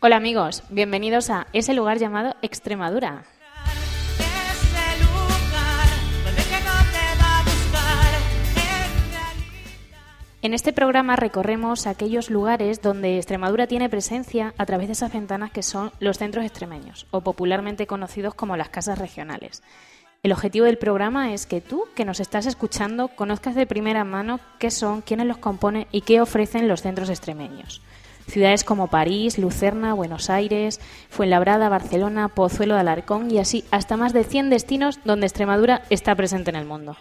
Hola amigos, bienvenidos a ese lugar llamado Extremadura. En este programa recorremos aquellos lugares donde Extremadura tiene presencia a través de esas ventanas que son los centros extremeños, o popularmente conocidos como las casas regionales. El objetivo del programa es que tú, que nos estás escuchando, conozcas de primera mano qué son, quiénes los componen y qué ofrecen los centros extremeños. Ciudades como París, Lucerna, Buenos Aires, Fuenlabrada, Barcelona, Pozuelo de Alarcón y así hasta más de 100 destinos donde Extremadura está presente en el mundo.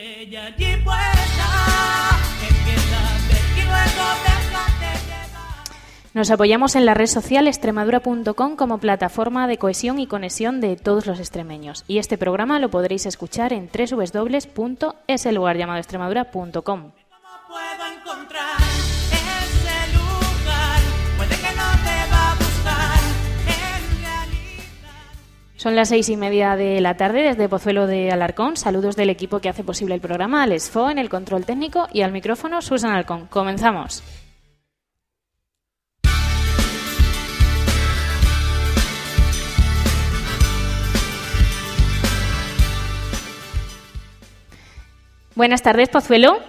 Nos apoyamos en la red social extremadura.com como plataforma de cohesión y conexión de todos los extremeños. Y este programa lo podréis escuchar en www.eselugarllamadoextremadura.com. Son las 6:30 de la tarde desde Pozuelo de Alarcón. Saludos del equipo que hace posible el programa, Alex Fo en el control técnico y al micrófono Susan Alcón. Comenzamos. Buenas tardes, Pozuelo.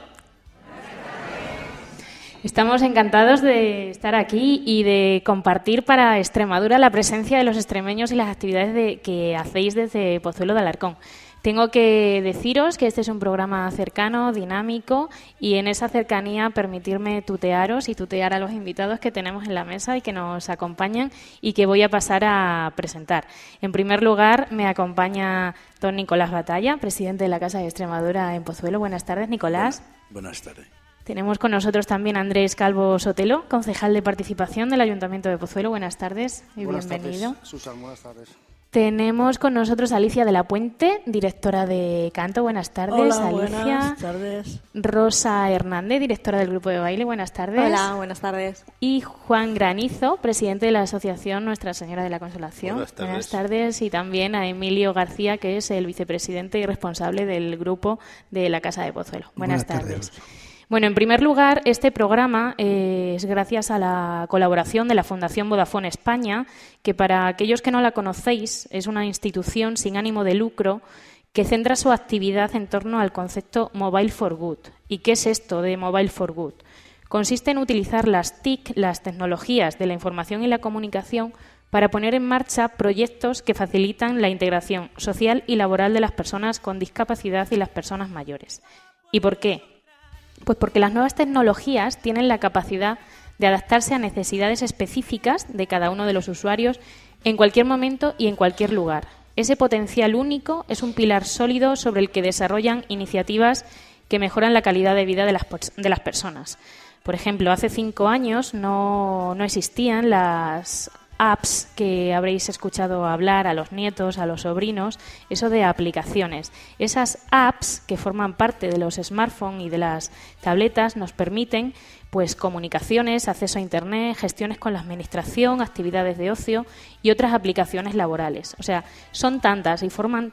Estamos encantados de estar aquí y de compartir para Extremadura la presencia de los extremeños y las actividades que hacéis desde Pozuelo de Alarcón. Tengo que deciros que este es un programa cercano, dinámico y en esa cercanía permitirme tutearos y tutear a los invitados que tenemos en la mesa y que nos acompañan y que voy a pasar a presentar. En primer lugar, me acompaña don Nicolás Batalla, presidente de la Casa de Extremadura en Pozuelo. Buenas tardes, Nicolás. Buenas tardes. Tenemos con nosotros también a Andrés Calvo Sotelo, concejal de participación del Ayuntamiento de Pozuelo. Buenas tardes y bienvenido. Buenas tardes, Susan, buenas tardes. Tenemos con nosotros a Alicia de la Puente, directora de canto. Buenas tardes, Hola, Alicia. Buenas tardes. Rosa Hernández, directora del grupo de baile. Buenas tardes. Hola, buenas tardes. Y Juan Granizo, presidente de la asociación Nuestra Señora de la Consolación. Buenas tardes. Buenas tardes. Y también a Emilio García, que es el vicepresidente y responsable del grupo de la Casa de Pozuelo. Buenas tardes. Bueno, en primer lugar, este programa es gracias a la colaboración de la Fundación Vodafone España, que para aquellos que no la conocéis es una institución sin ánimo de lucro que centra su actividad en torno al concepto Mobile for Good. ¿Y qué es esto de Mobile for Good? Consiste en utilizar las TIC, las tecnologías de la información y la comunicación, para poner en marcha proyectos que facilitan la integración social y laboral de las personas con discapacidad y las personas mayores. ¿Y por qué? Pues porque las nuevas tecnologías tienen la capacidad de adaptarse a necesidades específicas de cada uno de los usuarios en cualquier momento y en cualquier lugar. Ese potencial único es un pilar sólido sobre el que desarrollan iniciativas que mejoran la calidad de vida de las personas. Por ejemplo, hace 5 años no existían las apps que habréis escuchado hablar a los nietos, a los sobrinos, eso de aplicaciones. Esas apps que forman parte de los smartphones y de las tabletas nos permiten pues comunicaciones, acceso a Internet, gestiones con la administración, actividades de ocio y otras aplicaciones laborales. O sea, son tantas y forman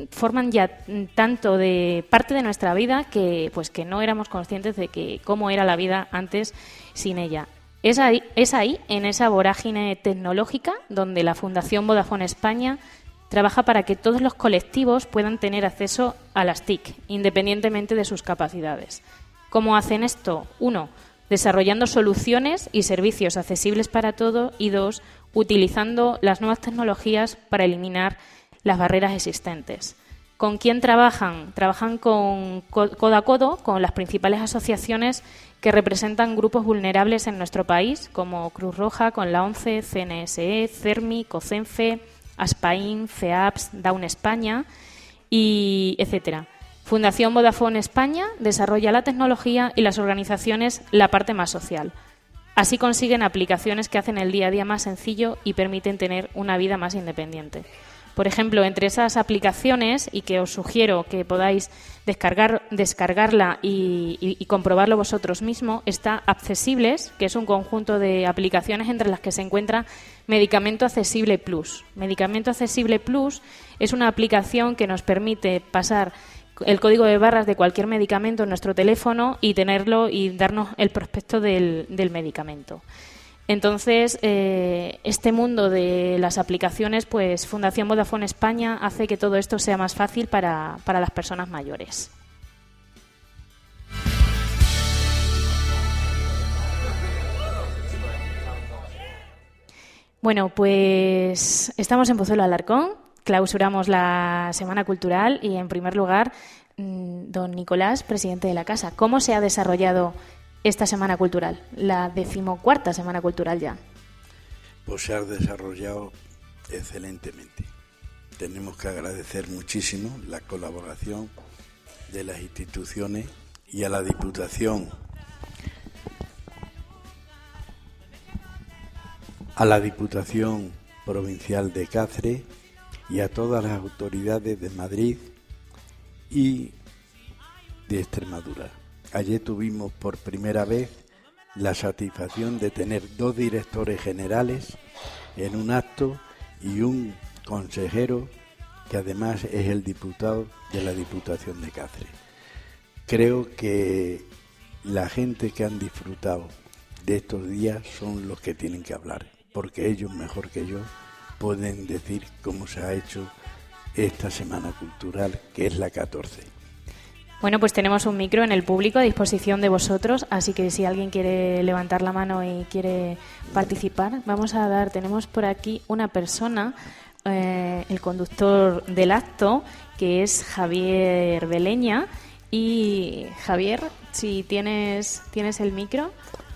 ya tanto de parte de nuestra vida que no éramos conscientes de cómo era la vida antes sin ella. Es ahí, en esa vorágine tecnológica, donde la Fundación Vodafone España trabaja para que todos los colectivos puedan tener acceso a las TIC, independientemente de sus capacidades. ¿Cómo hacen esto? 1. Desarrollando soluciones y servicios accesibles para todos. Y 2. Utilizando las nuevas tecnologías para eliminar las barreras existentes. ¿Con quién trabajan? Trabajan codo a codo con las principales asociaciones que representan grupos vulnerables en nuestro país, como Cruz Roja, con la ONCE, CNSE, CERMI, COCENFE, ASPAIN, FEAPS, Down España, y etcétera. Fundación Vodafone España desarrolla la tecnología y las organizaciones la parte más social. Así consiguen aplicaciones que hacen el día a día más sencillo y permiten tener una vida más independiente. Por ejemplo, entre esas aplicaciones, y que os sugiero que podáis descargarla y comprobarlo vosotros mismos, está Accesibles, que es un conjunto de aplicaciones entre las que se encuentra Medicamento Accesible Plus. Medicamento Accesible Plus es una aplicación que nos permite pasar el código de barras de cualquier medicamento en nuestro teléfono y tenerlo y darnos el prospecto del medicamento. Entonces, este mundo de las aplicaciones, pues Fundación Vodafone España hace que todo esto sea más fácil para las personas mayores. Bueno, pues estamos en Pozuelo Alarcón, clausuramos la Semana Cultural y, en primer lugar, don Nicolás, presidente de la Casa, ¿cómo se ha desarrollado esta Semana Cultural, la 14ª Semana Cultural ya? Pues se ha desarrollado excelentemente. Tenemos que agradecer muchísimo la colaboración de las instituciones y a la Diputación, Provincial de Cáceres y a todas las autoridades de Madrid y de Extremadura. Ayer tuvimos por primera vez la satisfacción de tener 2 directores generales en un acto y un consejero que además es el diputado de la Diputación de Cáceres. Creo que la gente que han disfrutado de estos días son los que tienen que hablar, porque ellos mejor que yo pueden decir cómo se ha hecho esta Semana Cultural, que es la 14. Bueno, pues tenemos un micro en el público a disposición de vosotros, así que si alguien quiere levantar la mano y quiere participar, tenemos por aquí una persona, el conductor del acto, que es Javier Beleña. Y Javier, si tienes el micro.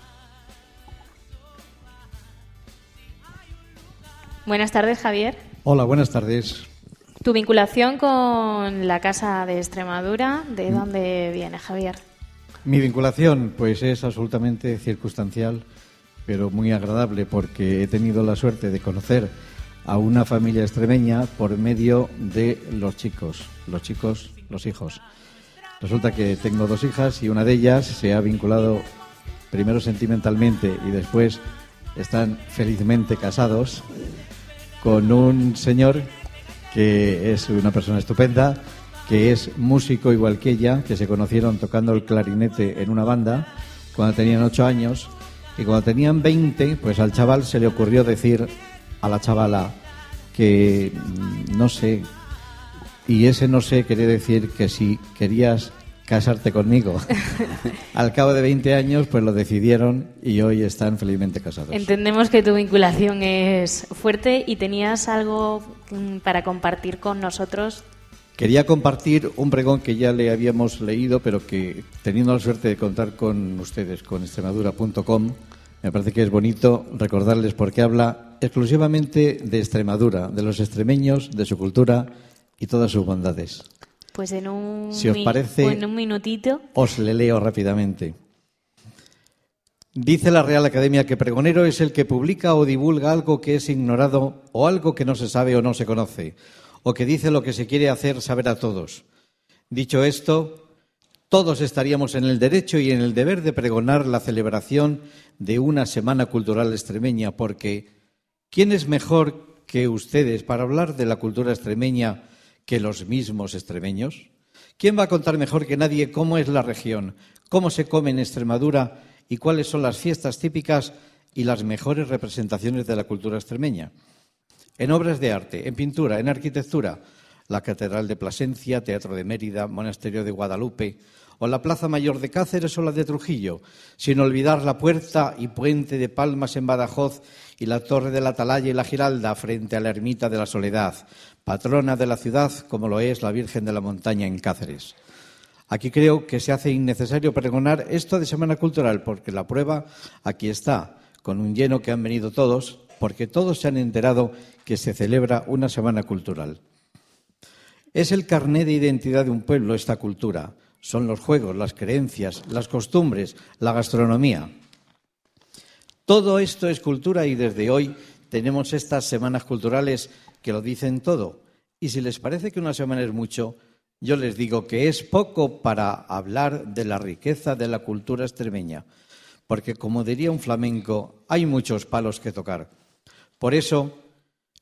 Buenas tardes, Javier. Hola, buenas tardes. ¿Tu vinculación con la Casa de Extremadura, de dónde viene, Javier? Mi vinculación, pues es absolutamente circunstancial, pero muy agradable, porque he tenido la suerte de conocer a una familia extremeña por medio de los hijos. Resulta que tengo 2 hijas y una de ellas se ha vinculado primero sentimentalmente y después están felizmente casados con un señor que es una persona estupenda, que es músico igual que ella, que se conocieron tocando el clarinete en una banda cuando tenían 8 años, y cuando tenían 20, pues al chaval se le ocurrió decir a la chavala que no sé, y ese no sé quería decir que si querías casarte conmigo. Al cabo de 20 años, pues lo decidieron y hoy están felizmente casados. Entendemos que tu vinculación es fuerte y tenías algo para compartir con nosotros. Quería compartir un pregón que ya le habíamos leído, pero que, teniendo la suerte de contar con ustedes, con extremadura.com, me parece que es bonito recordarles, porque habla exclusivamente de Extremadura, de los extremeños, de su cultura y todas sus bondades. Pues en un minutito os le leo rápidamente. Dice la Real Academia que pregonero es el que publica o divulga algo que es ignorado o algo que no se sabe o no se conoce, o que dice lo que se quiere hacer saber a todos. Dicho esto, todos estaríamos en el derecho y en el deber de pregonar la celebración de una Semana Cultural extremeña, porque ¿quién es mejor que ustedes para hablar de la cultura extremeña que los mismos extremeños? ¿Quién va a contar mejor que nadie cómo es la región, cómo se come en Extremadura y cuáles son las fiestas típicas y las mejores representaciones de la cultura extremeña? En obras de arte, en pintura, en arquitectura, la Catedral de Plasencia, Teatro de Mérida, Monasterio de Guadalupe, o la Plaza Mayor de Cáceres o la de Trujillo, sin olvidar la Puerta y Puente de Palmas en Badajoz y la Torre de la Atalaya y la Giralda frente a la Ermita de la Soledad, patrona de la ciudad como lo es la Virgen de la Montaña en Cáceres. Aquí creo que se hace innecesario pregonar esto de Semana Cultural, porque la prueba aquí está, con un lleno que han venido todos, porque todos se han enterado que se celebra una Semana Cultural. Es el carné de identidad de un pueblo esta cultura. Son los juegos, las creencias, las costumbres, la gastronomía. Todo esto es cultura y desde hoy tenemos estas semanas culturales que lo dicen todo. Y si les parece que una semana es mucho, yo les digo que es poco para hablar de la riqueza de la cultura extremeña. Porque, como diría un flamenco, hay muchos palos que tocar. Por eso,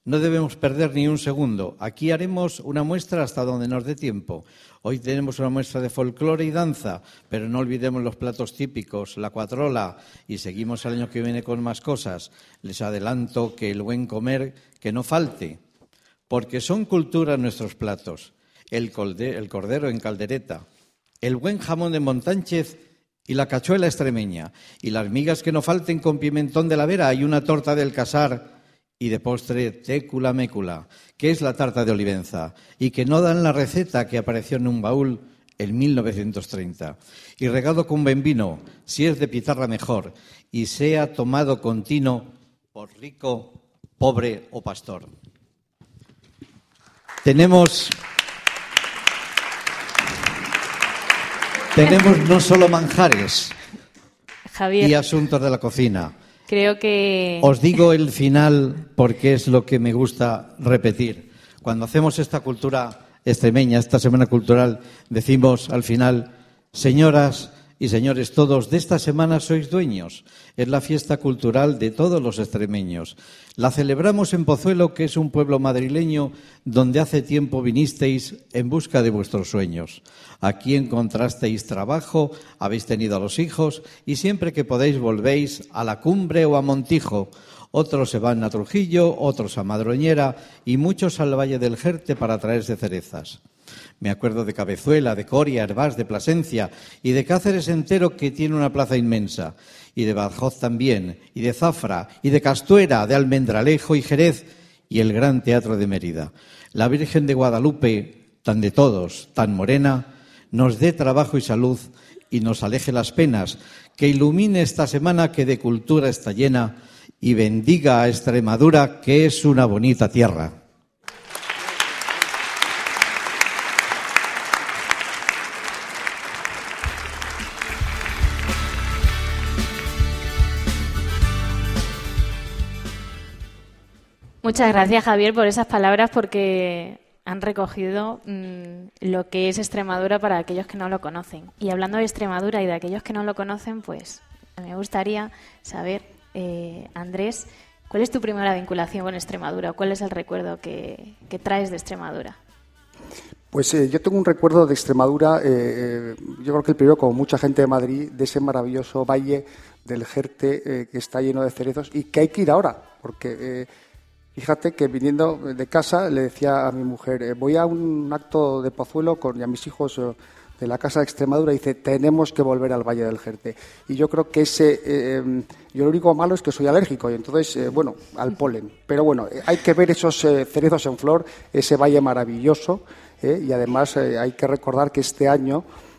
No debemos perder ni un segundo. Aquí haremos una muestra hasta donde nos dé tiempo. Hoy tenemos una muestra de folclore y danza, pero no olvidemos los platos típicos, la cuatrola, y seguimos el año que viene con más cosas. Les adelanto que el buen comer, que no falte, porque son cultura nuestros platos. El cordero en caldereta, el buen jamón de Montánchez y la cachuela extremeña, y las migas que no falten con pimentón de la Vera y una torta del Casar. Y de postre, técula mécula, que es la tarta de Olivenza, y que no dan la receta que apareció en un baúl en 1930. Y regado con buen vino, si es de pitarra mejor, y sea tomado con tino por rico, pobre o pastor. Tenemos no solo manjares, Javier, y asuntos de la cocina. Creo que... Os digo el final porque es lo que me gusta repetir. Cuando hacemos esta cultura extremeña, esta semana cultural, decimos al final: señoras y señores todos, de esta semana sois dueños. Es la fiesta cultural de todos los extremeños. La celebramos en Pozuelo, que es un pueblo madrileño donde hace tiempo vinisteis en busca de vuestros sueños. Aquí encontrasteis trabajo, habéis tenido a los hijos y siempre que podéis volvéis a la Cumbre o a Montijo. Otros se van a Trujillo, otros a Madroñera y muchos al Valle del Jerte para traerse cerezas. Me acuerdo de Cabezuela, de Coria, Hervás, de Plasencia y de Cáceres entero, que tiene una plaza inmensa, y de Badajoz también, y de Zafra, y de Castuera, de Almendralejo y Jerez, y el Gran Teatro de Mérida. La Virgen de Guadalupe, tan de todos, tan morena, nos dé trabajo y salud y nos aleje las penas, que ilumine esta semana que de cultura está llena y bendiga a Extremadura, que es una bonita tierra. Muchas gracias, Javier, por esas palabras, porque han recogido lo que es Extremadura para aquellos que no lo conocen. Y hablando de Extremadura y de aquellos que no lo conocen, pues me gustaría saber, Andrés, ¿cuál es tu primera vinculación con Extremadura? ¿Cuál es el recuerdo que traes de Extremadura? Pues yo tengo un recuerdo de Extremadura, yo creo que el primero, como mucha gente de Madrid, de ese maravilloso valle del Jerte que está lleno de cerezos y que hay que ir ahora, porque... Fíjate que viniendo de casa le decía a mi mujer, voy a un acto de Pozuelo y a mis hijos de la Casa de Extremadura, y dice, tenemos que volver al Valle del Jerte. Y yo creo que yo lo único malo es que soy alérgico, y entonces, al polen. Pero bueno, hay que ver esos cerezos en flor, ese valle maravilloso, y además hay que recordar que este año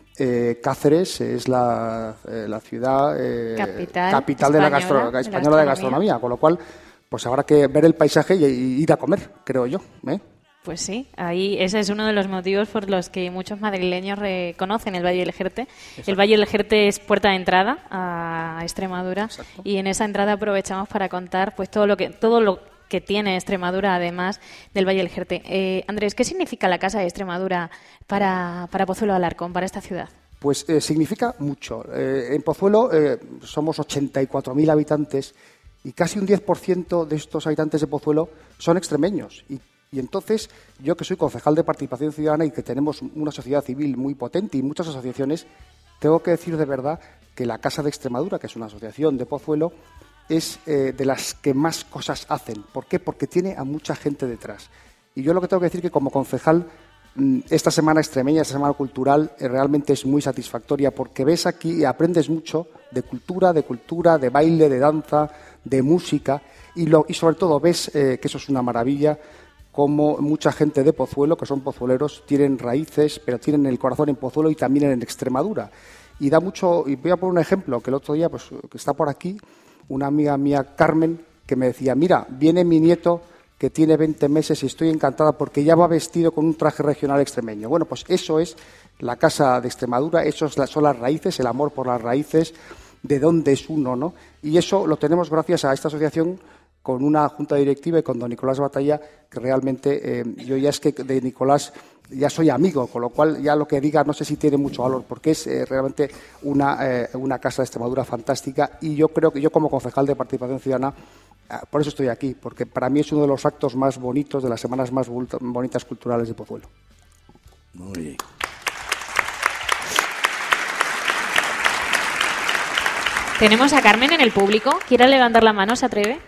Cáceres es la ciudad capital de la española de gastronomía, con lo cual... Pues habrá que ver el paisaje y ir a comer, creo yo. Pues sí, ahí ese es uno de los motivos por los que muchos madrileños reconocen el Valle del Jerte. Exacto. El Valle del Jerte es puerta de entrada a Extremadura. Exacto. Y en esa entrada aprovechamos para contar pues todo lo que tiene Extremadura, además del Valle del Jerte. Andrés, ¿qué significa la Casa de Extremadura para Pozuelo de Alarcón, para esta ciudad? Pues significa mucho. En Pozuelo somos 84.000 habitantes. Y casi un 10% de estos habitantes de Pozuelo son extremeños. Y entonces, yo que soy concejal de Participación Ciudadana y que tenemos una sociedad civil muy potente y muchas asociaciones, tengo que decir de verdad que la Casa de Extremadura, que es una asociación de Pozuelo, es de las que más cosas hacen. ¿Por qué? Porque tiene a mucha gente detrás. Y yo lo que tengo que decir que como concejal, esta semana extremeña, esta semana cultural, realmente es muy satisfactoria, porque ves aquí y aprendes mucho de cultura, de baile, de danza, de música, y sobre todo ves que eso es una maravilla, como mucha gente de Pozuelo, que son pozueleros, tienen raíces, pero tienen el corazón en Pozuelo y también en Extremadura. Y da mucho, y voy a poner un ejemplo, que el otro día, pues que está por aquí, una amiga mía, Carmen, que me decía, mira, viene mi nieto que tiene 20 meses y estoy encantada porque ya va vestido con un traje regional extremeño. Bueno, pues eso es la Casa de Extremadura, eso son las raíces, el amor por las raíces, de dónde es uno, ¿no? Y eso lo tenemos gracias a esta asociación, con una junta directiva y con don Nicolás Batalla, que realmente yo ya es que de Nicolás ya soy amigo, con lo cual ya lo que diga no sé si tiene mucho valor, porque es realmente una Casa de Extremadura fantástica, y yo creo que yo como concejal de Participación Ciudadana por eso estoy aquí, porque para mí es uno de los actos más bonitos, de las semanas más bonitas culturales de Pozuelo. Muy bien. Tenemos a Carmen en el público. ¿Quiere levantar la mano? ¿Se atreve?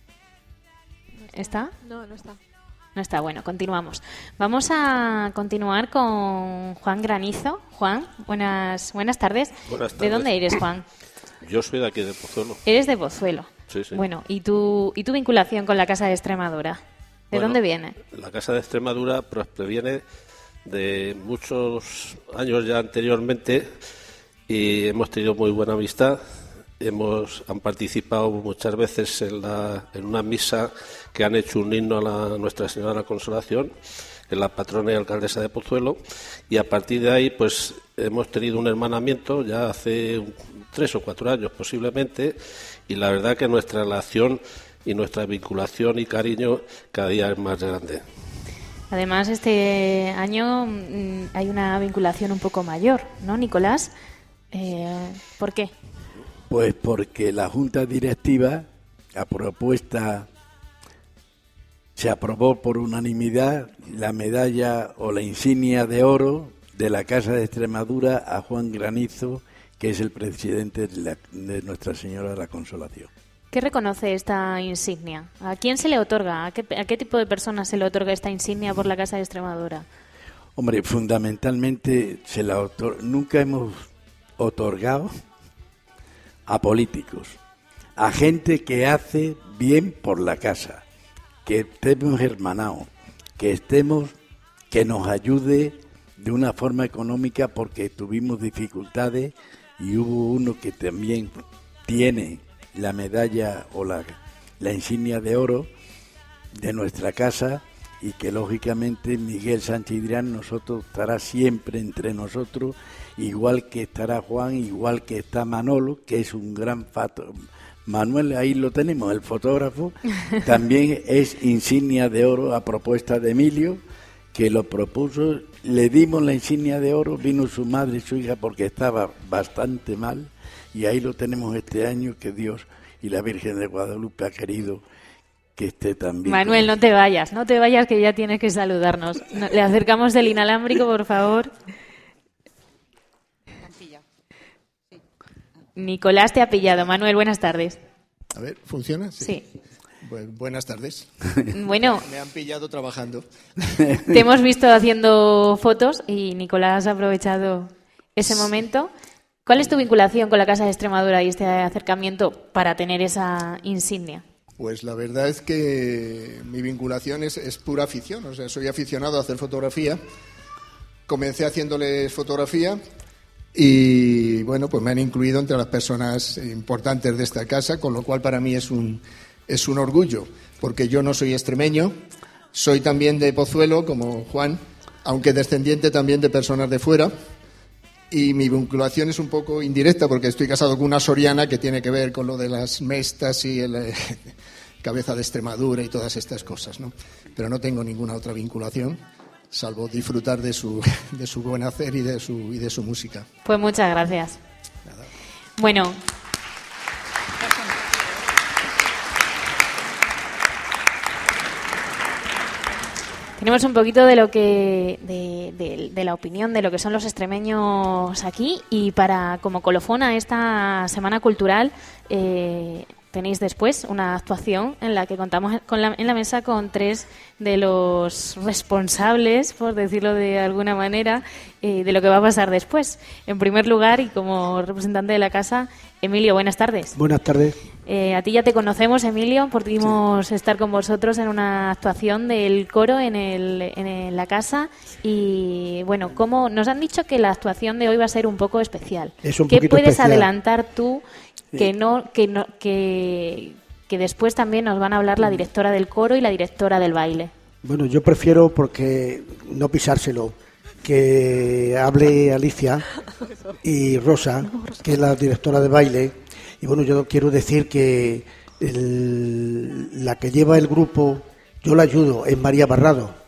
¿Está? No, no está. No está. Bueno, continuamos. Vamos a continuar con Juan Granizo. Juan, buenas tardes. Buenas tardes. ¿De dónde eres, Juan? Yo soy de aquí, de Pozuelo. Eres de Pozuelo. Sí, sí. Bueno, ¿y tu vinculación con la Casa de Extremadura? ¿De dónde viene? La Casa de Extremadura proviene de muchos años ya anteriormente y hemos tenido muy buena amistad. Han participado muchas veces en una misa que han hecho un himno a Nuestra Señora de la Consolación, que es la patrona y alcaldesa de Pozuelo, y a partir de ahí pues hemos tenido un hermanamiento ya hace 3 o 4 años posiblemente, y la verdad que nuestra relación y nuestra vinculación y cariño cada día es más grande. Además, este año hay una vinculación un poco mayor, ¿no, Nicolás? ¿Por qué? Pues porque la Junta Directiva, a propuesta, se aprobó por unanimidad la medalla o la insignia de oro de la Casa de Extremadura a Juan Granizo, que es el presidente de Nuestra Señora de la Consolación. ¿Qué reconoce esta insignia? ¿A quién se le otorga? ¿A qué tipo de personas se le otorga esta insignia por la Casa de Extremadura? Hombre, fundamentalmente nunca hemos otorgado a políticos, a gente que hace bien por la casa, que estemos hermanados, que nos ayude de una forma económica, porque tuvimos dificultades y hubo uno que también tiene la medalla o la insignia de oro de nuestra casa, y que lógicamente Miguel Sánchez Idrián estará siempre entre nosotros, igual que estará Juan, igual que está Manolo, que es un gran Manuel, ahí lo tenemos, el fotógrafo, también es insignia de oro a propuesta de Emilio, que lo propuso. Le dimos la insignia de oro, vino su madre y su hija porque estaba bastante mal, y ahí lo tenemos este año, que Dios y la Virgen de Guadalupe ha querido que esté también. Manuel, no te vayas, que ya tienes que saludarnos. Le acercamos el inalámbrico, por favor. Nicolás te ha pillado. Manuel, buenas tardes. A ver, ¿funciona? Sí. Buenas tardes. Bueno, me han pillado trabajando. Te hemos visto haciendo fotos y Nicolás ha aprovechado ese momento. ¿Cuál es tu vinculación con la Casa de Extremadura y este acercamiento para tener esa insignia? Pues la verdad es que mi vinculación es pura afición. O sea, soy aficionado a hacer fotografía. Comencé haciéndoles fotografía y, bueno, pues me han incluido entre las personas importantes de esta casa, con lo cual para mí es un orgullo, porque yo no soy extremeño, soy también de Pozuelo, como Juan, aunque descendiente también de personas de fuera. Y mi vinculación es un poco indirecta, porque estoy casado con una soriana que tiene que ver con lo de las mestas y el cabeza de Extremadura y todas estas cosas, ¿no? Pero no tengo ninguna otra vinculación, salvo disfrutar de su buen hacer y de su música. Pues muchas gracias. Nada. Bueno. Tenemos un poquito de lo que de la opinión de lo que son los extremeños aquí, y como colofón a esta semana cultural tenéis después una actuación en la que contamos en la mesa con 3 de los responsables, por decirlo de alguna manera, de lo que va a pasar después. En primer lugar, y como representante de la casa, Emilio, buenas tardes. Buenas tardes. A ti ya te conocemos, Emilio, pudimos estar con vosotros en una actuación del coro en la casa, y bueno, como nos han dicho que la actuación de hoy va a ser un poco especial. ¿Qué puedes especial. adelantar tú que después también nos van a hablar la directora del coro y la directora del baile? Bueno, yo prefiero, porque no pisárselo, que hable Alicia y Rosa, que es la directora de baile. Y bueno, yo quiero decir que la que lleva el grupo, yo la ayudo, es María Barrado,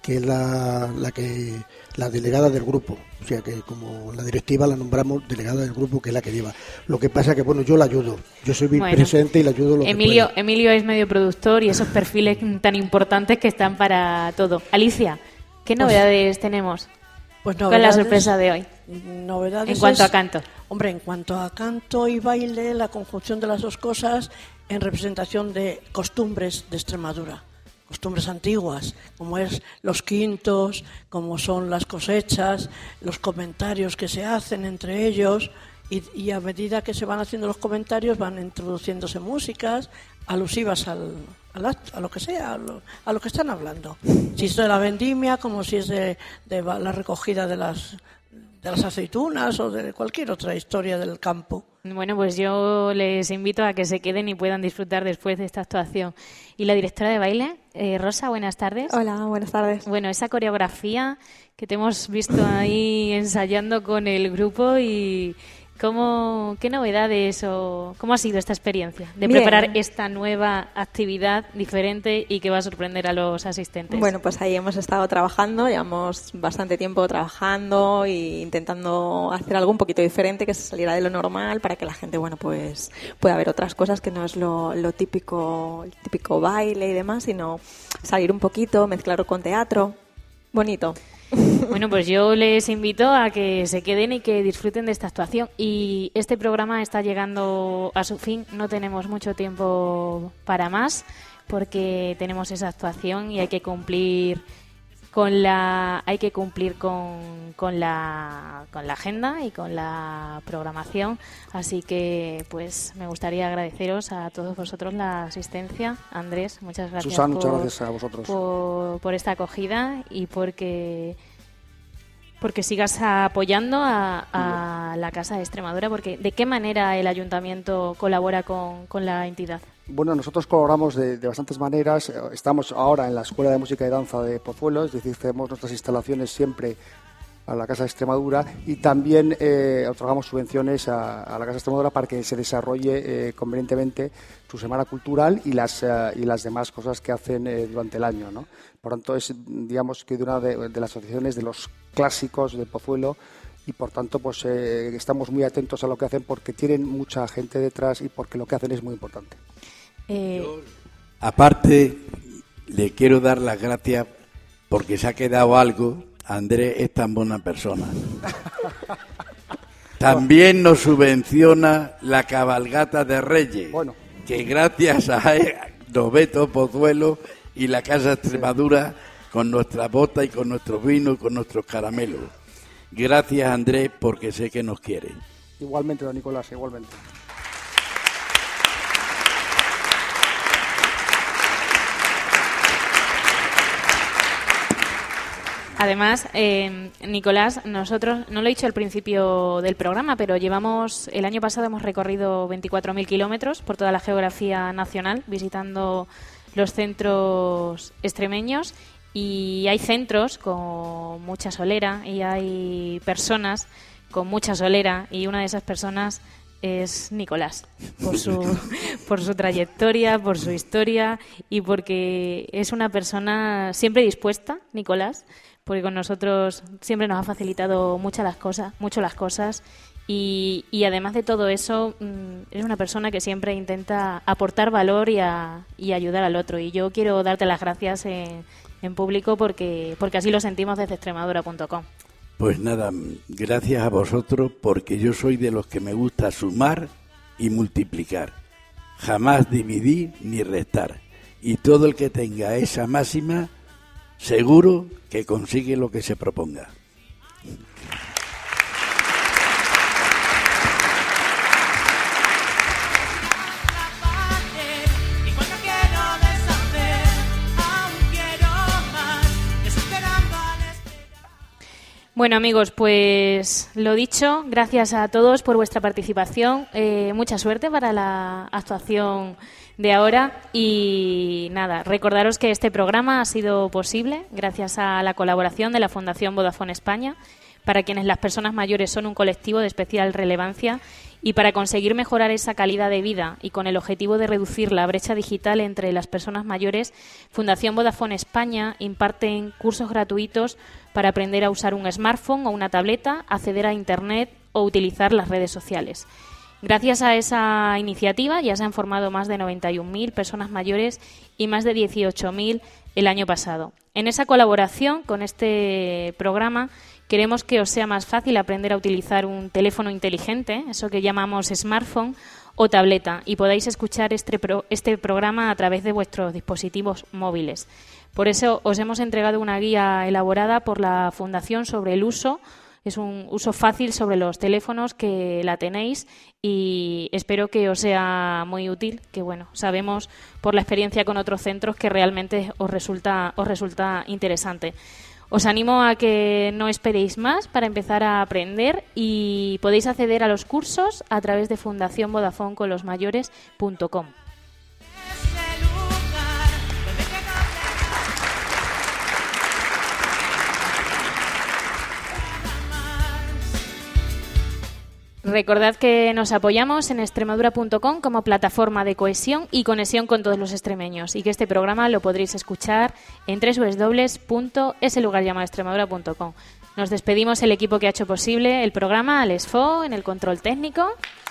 que es la delegada del grupo, o sea que como la directiva la nombramos delegada del grupo, que es la que lleva. Lo que pasa que yo la ayudo, yo soy vicepresidente y la ayudo lo que pueda. Emilio es medio productor y esos perfiles tan importantes que están para todo. Alicia, ¿qué novedades tenemos con la sorpresa de hoy? Novedades en cuanto a canto. Hombre, en cuanto a canto y baile, la conjunción de las dos cosas en representación de costumbres de Extremadura. Costumbres antiguas, como es los quintos, como son las cosechas, los comentarios que se hacen entre ellos, y a medida que se van haciendo los comentarios van introduciéndose músicas alusivas a lo que sea, a lo que están hablando. Si es de la vendimia, como si es de la recogida de las aceitunas o de cualquier otra historia del campo. Bueno, pues yo les invito a que se queden y puedan disfrutar después de esta actuación. ¿Y la directora de baile? Rosa, buenas tardes. Hola, buenas tardes. Bueno, esa coreografía que te hemos visto ahí ensayando con el grupo y... ¿Qué novedades o cómo ha sido esta experiencia de preparar esta nueva actividad diferente y que va a sorprender a los asistentes? Bueno, pues ahí hemos estado trabajando, llevamos bastante tiempo trabajando e intentando hacer algo un poquito diferente que se saliera de lo normal para que la gente, pues pueda ver otras cosas que no es lo típico, el típico baile y demás, sino salir un poquito, mezclarlo con teatro. Bonito. Bueno, pues yo les invito a que se queden y que disfruten de esta actuación. Y este programa está llegando a su fin. No tenemos mucho tiempo para más porque tenemos esa actuación y hay que cumplir con la agenda y con la programación. Así que pues me gustaría agradeceros a todos vosotros la asistencia. Andrés, muchas gracias. Susana, muchas gracias a vosotros por esta acogida y porque sigas apoyando a la Casa de Extremadura, porque ¿de qué manera el Ayuntamiento colabora con la entidad? Bueno, nosotros colaboramos de bastantes maneras. Estamos ahora en la Escuela de Música y Danza de Pozuelo, es decir, hacemos nuestras instalaciones siempre a la Casa de Extremadura y también otorgamos subvenciones a la Casa de Extremadura para que se desarrolle convenientemente su semana cultural y las demás cosas que hacen durante el año, ¿no? Por tanto, es, digamos, que de una de las asociaciones de los clásicos de Pozuelo y, por tanto, pues estamos muy atentos a lo que hacen porque tienen mucha gente detrás y porque lo que hacen es muy importante. Aparte, le quiero dar las gracias porque se ha quedado algo. Andrés es tan buena persona. También nos subvenciona la cabalgata de Reyes, que gracias a Noveto Pozuelo y la Casa Extremadura, con nuestra bota y con nuestros vinos y con nuestros caramelos. Gracias, Andrés, porque sé que nos quiere. Igualmente, don Nicolás, igualmente. Además, Nicolás, nosotros, no lo he dicho al principio del programa, pero el año pasado hemos recorrido 24.000 kilómetros por toda la geografía nacional, visitando los centros extremeños, y hay centros con mucha solera y hay personas con mucha solera, y una de esas personas es Nicolás, por su trayectoria, por su historia y porque es una persona siempre dispuesta, Nicolás, porque con nosotros siempre nos ha facilitado mucho las cosas y además de todo eso es una persona que siempre intenta aportar valor y ayudar al otro, y yo quiero darte las gracias en público porque así lo sentimos desde extremadura.com. Pues nada, gracias a vosotros, porque yo soy de los que me gusta sumar y multiplicar, jamás dividir ni restar, y todo el que tenga esa máxima seguro que consigue lo que se proponga. Bueno, amigos, pues lo dicho, gracias a todos por vuestra participación, mucha suerte para la actuación de ahora y nada, recordaros que este programa ha sido posible gracias a la colaboración de la Fundación Vodafone España, para quienes las personas mayores son un colectivo de especial relevancia Y para conseguir mejorar esa calidad de vida y con el objetivo de reducir la brecha digital entre las personas mayores, Fundación Vodafone España imparte cursos gratuitos para aprender a usar un smartphone o una tableta, acceder a Internet o utilizar las redes sociales. Gracias a esa iniciativa ya se han formado más de 91.000 personas mayores y más de 18.000 el año pasado. En esa colaboración con este programa queremos que os sea más fácil aprender a utilizar un teléfono inteligente, eso que llamamos smartphone o tableta, y podáis escuchar este programa a través de vuestros dispositivos móviles. Por eso os hemos entregado una guía elaborada por la Fundación sobre el uso. Es un uso fácil sobre los teléfonos, que la tenéis, y espero que os sea muy útil, que bueno, sabemos por la experiencia con otros centros que realmente os resulta interesante. Os animo a que no esperéis más para empezar a aprender, y podéis acceder a los cursos a través de fundacionvodafoneconlosmayores.com. Recordad que nos apoyamos en extremadura.com como plataforma de cohesión y conexión con todos los extremeños, y que este programa lo podréis escuchar en www.eselugarllamadoextremadura.com. Nos despedimos el equipo que ha hecho posible el programa, Alex Fo en el control técnico.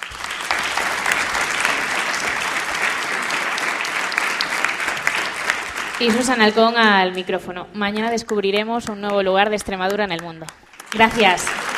Y Susana Alcón al micrófono. Mañana descubriremos un nuevo lugar de Extremadura en el mundo. Gracias.